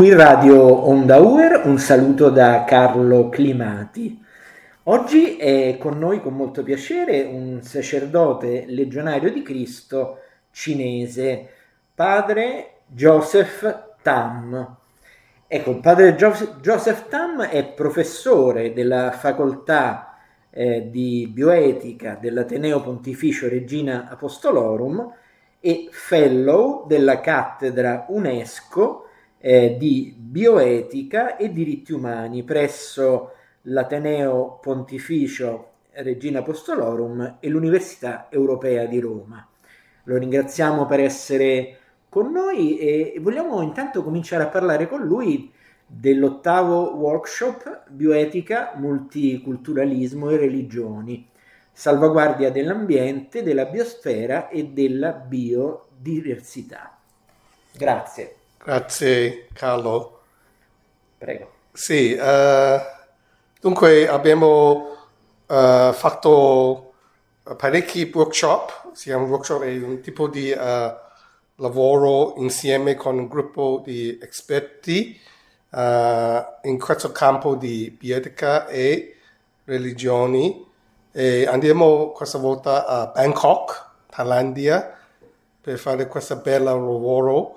Qui Radio Onda Uer, un saluto da Carlo Climati. Oggi è con noi con molto piacere un sacerdote legionario di Cristo cinese, padre Joseph Tam. Ecco, il padre Joseph Tam è professore della facoltà di bioetica dell'Ateneo Pontificio Regina Apostolorum e fellow della cattedra UNESCO di bioetica e diritti umani presso l'Ateneo Pontificio Regina Apostolorum e l'Università Europea di Roma. Lo ringraziamo per essere con noi e vogliamo intanto cominciare a parlare con lui dell'8º workshop Bioetica, Multiculturalismo e Religioni, salvaguardia dell'ambiente, della biosfera e della biodiversità. Grazie. Grazie Carlo. Prego. Sì, dunque abbiamo fatto parecchi workshop. Un workshop è un tipo di lavoro insieme con un gruppo di esperti in questo campo di bioetica e religioni. E andiamo questa volta a Bangkok, Thailandia, per fare questo bel lavoro.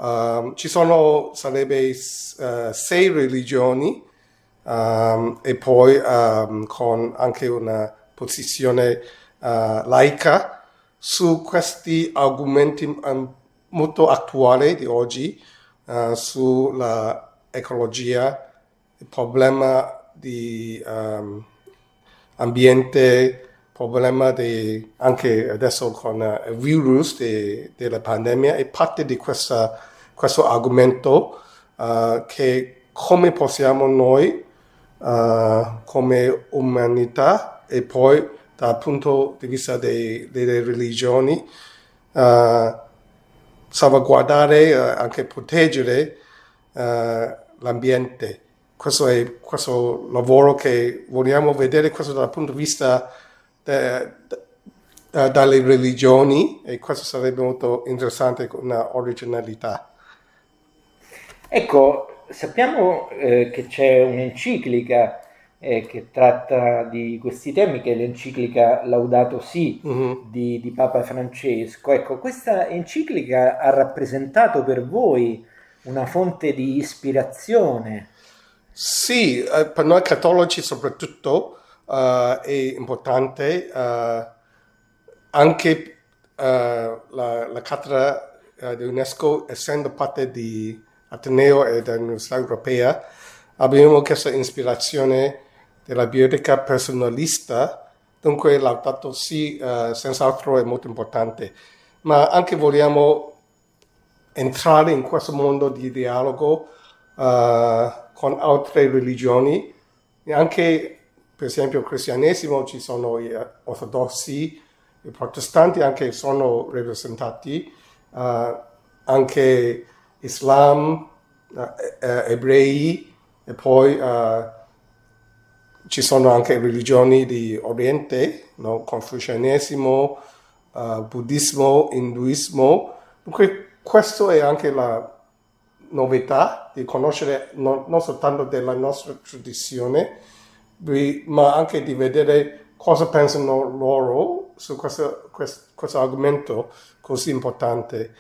Sarebbe 6 religioni e poi con anche una posizione laica su questi argomenti molto attuali di oggi, sulla ecologia, il problema di ambiente, problema anche adesso con il virus della pandemia, e parte di questo argomento che come possiamo noi come umanità e poi dal punto di vista delle religioni salvaguardare, anche proteggere l'ambiente. Questo è questo lavoro che vogliamo vedere, questo dal punto di vista dalle religioni, e questo sarebbe molto interessante, con una originalità. Ecco, sappiamo che c'è un'enciclica che tratta di questi temi, che è l'enciclica Laudato Si di Papa Francesco. Ecco, questa enciclica ha rappresentato per voi una fonte di ispirazione? Sì, per noi cattolici soprattutto è importante, anche la cattedra dell'UNESCO, essendo parte di Ateneo e dell'Università Europea, abbiamo questa ispirazione della bioetica personalista, dunque Laudato Si senz'altro è molto importante, ma anche vogliamo entrare in questo mondo di dialogo con altre religioni, e anche per esempio il cristianesimo ci sono gli ortodossi, i protestanti anche sono rappresentati, anche Islam, ebrei, e poi ci sono anche religioni di Oriente, no? Confucianesimo, buddismo, induismo. Dunque questo è anche la novità di conoscere non soltanto della nostra tradizione, ma anche di vedere cosa pensano loro su questo argomento così importante.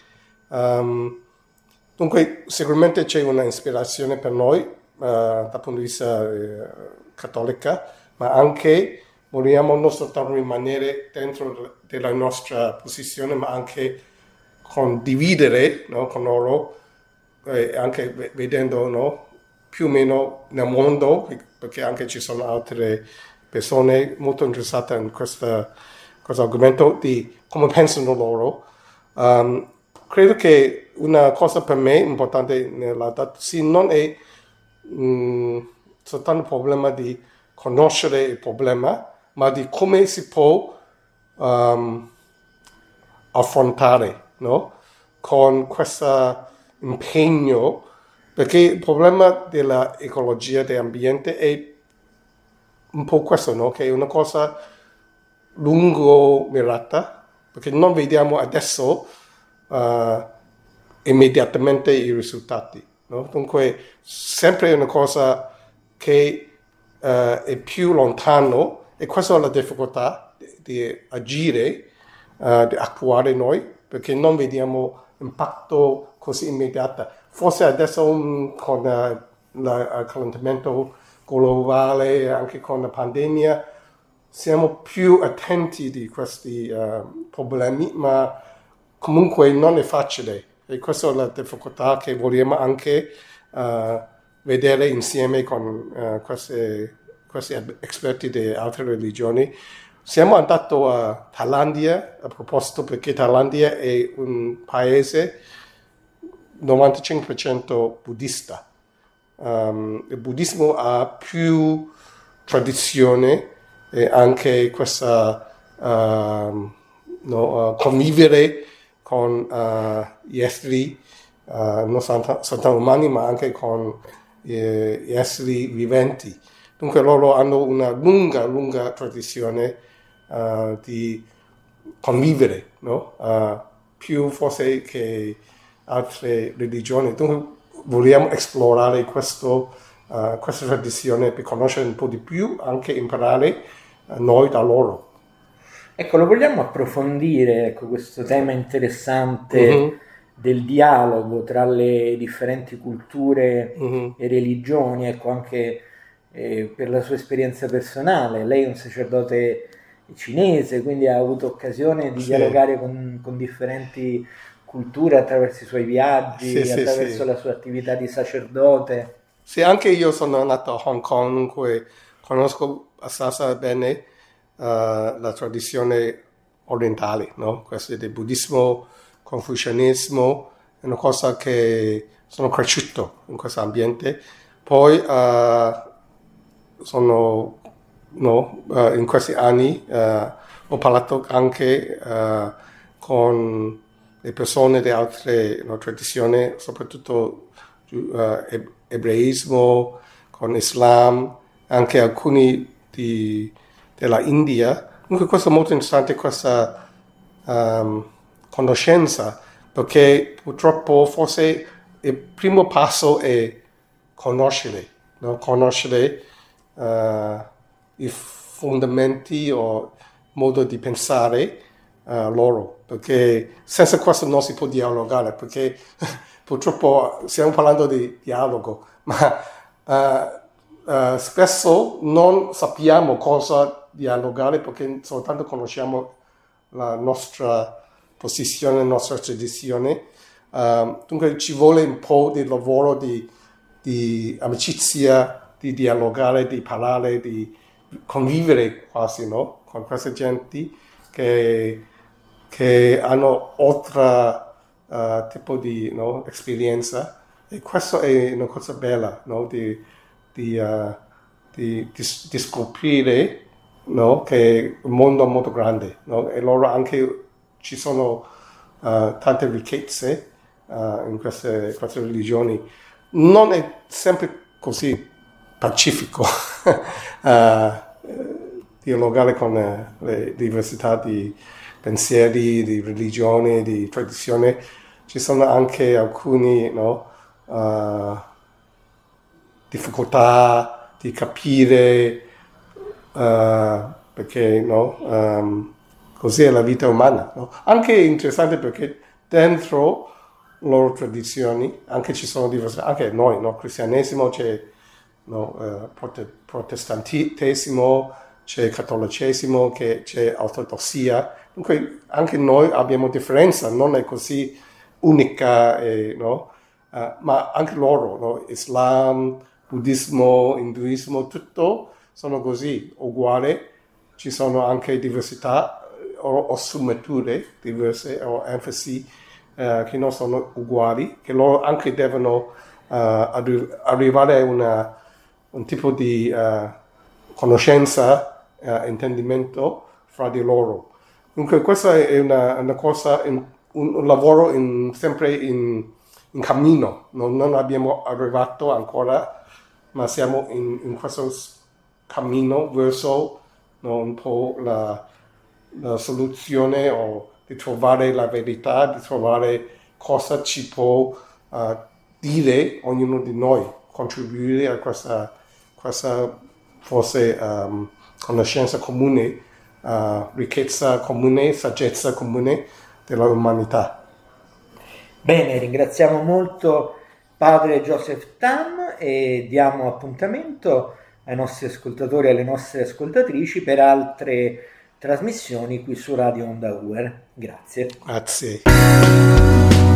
Dunque sicuramente c'è una ispirazione per noi dal punto di vista cattolica, ma anche vogliamo non soltanto rimanere dentro della nostra posizione, ma anche condividere, no, con loro, anche vedendo, no, più o meno nel mondo, perché anche ci sono altre persone molto interessate in questo argomento di come pensano loro. Credo che una cosa per me importante nella Laudato Si non è soltanto il problema di conoscere il problema, ma di come si può affrontare, no? Con questo impegno, perché il problema dell'ecologia, dell'ambiente è un po' questo, no? Che è una cosa lungomirata, perché non vediamo adesso immediatamente i risultati, no? Dunque, sempre una cosa che è più lontano, e questa è la difficoltà di agire, di attuare noi, perché non vediamo impatto così immediato. Forse adesso con il cambiamento globale, anche con la pandemia, siamo più attenti di questi problemi, ma comunque non è facile. E questa è la difficoltà che vogliamo anche vedere insieme con questi esperti di altre religioni. Siamo andati a Thailandia a proposito, perché Thailandia è un paese 95% buddista. Il buddismo ha più tradizione e anche questa convivere con gli esseri, non soltanto umani, ma anche con gli esseri viventi. Dunque loro hanno una lunga tradizione di convivere, no? Più forse che altre religioni. Dunque vogliamo esplorare questa tradizione per conoscere un po' di più, anche imparare noi da loro. Ecco, lo vogliamo approfondire, ecco, questo tema interessante del dialogo tra le differenti culture e religioni, ecco, anche per la sua esperienza personale. Lei è un sacerdote cinese, quindi ha avuto occasione di dialogare con differenti culture attraverso i suoi viaggi, attraverso la sua attività di sacerdote. Sì, anche io sono nato a Hong Kong, dunque conosco abbastanza bene la tradizione orientale, no? Questo del buddismo, confucianesimo, è una cosa che sono cresciuto in questo ambiente. Poi in questi anni ho parlato anche con le persone di altre tradizioni, soprattutto ebraismo, con Islam, anche alcuni della India. Dunque questo è molto interessante, questa conoscenza, perché purtroppo forse il primo passo è conoscere, no? Conoscere i fondamenti o modo di pensare loro, perché senza questo non si può dialogare, perché purtroppo stiamo parlando di dialogo, ma spesso non sappiamo cosa dialogare perché soltanto conosciamo la nostra posizione, la nostra tradizione. Dunque ci vuole un po' di lavoro di amicizia, di dialogare, di parlare, di convivere quasi, no? Con queste genti che hanno altro tipo di esperienza, e questo è una cosa bella, no? di scoprire, no? Che un mondo molto grande, no? E loro anche ci sono tante ricchezze in queste religioni. Non è sempre così pacifico dialogare con le diversità di pensieri, di religione, di tradizione. Ci sono anche alcuni difficoltà di capire perché così è la vita umana, no? Anche interessante perché dentro le loro tradizioni anche ci sono diverse, anche noi, no? Cristianesimo, c'è protestantesimo, c'è cattolicesimo, c'è ortodossia. Dunque anche noi abbiamo differenza, non è così unica, ma anche loro, no? Islam, buddismo, induismo, tutto sono così, uguali. Ci sono anche diversità o sfumature diverse o enfasi che non sono uguali, che loro anche devono arrivare a un tipo di conoscenza, intendimento fra di loro. Dunque questa è una cosa, un lavoro sempre in cammino, non abbiamo arrivato ancora, ma siamo in questo cammino verso un po' la soluzione, o di trovare la verità, di trovare cosa ci può dire, ognuno di noi, contribuire a questa forse conoscenza comune, ricchezza comune, saggezza comune dell'umanità. Bene, ringraziamo molto padre Joseph Tam e diamo appuntamento ai nostri ascoltatori e alle nostre ascoltatrici per altre trasmissioni qui su Radio Onda UR. Grazie. Grazie.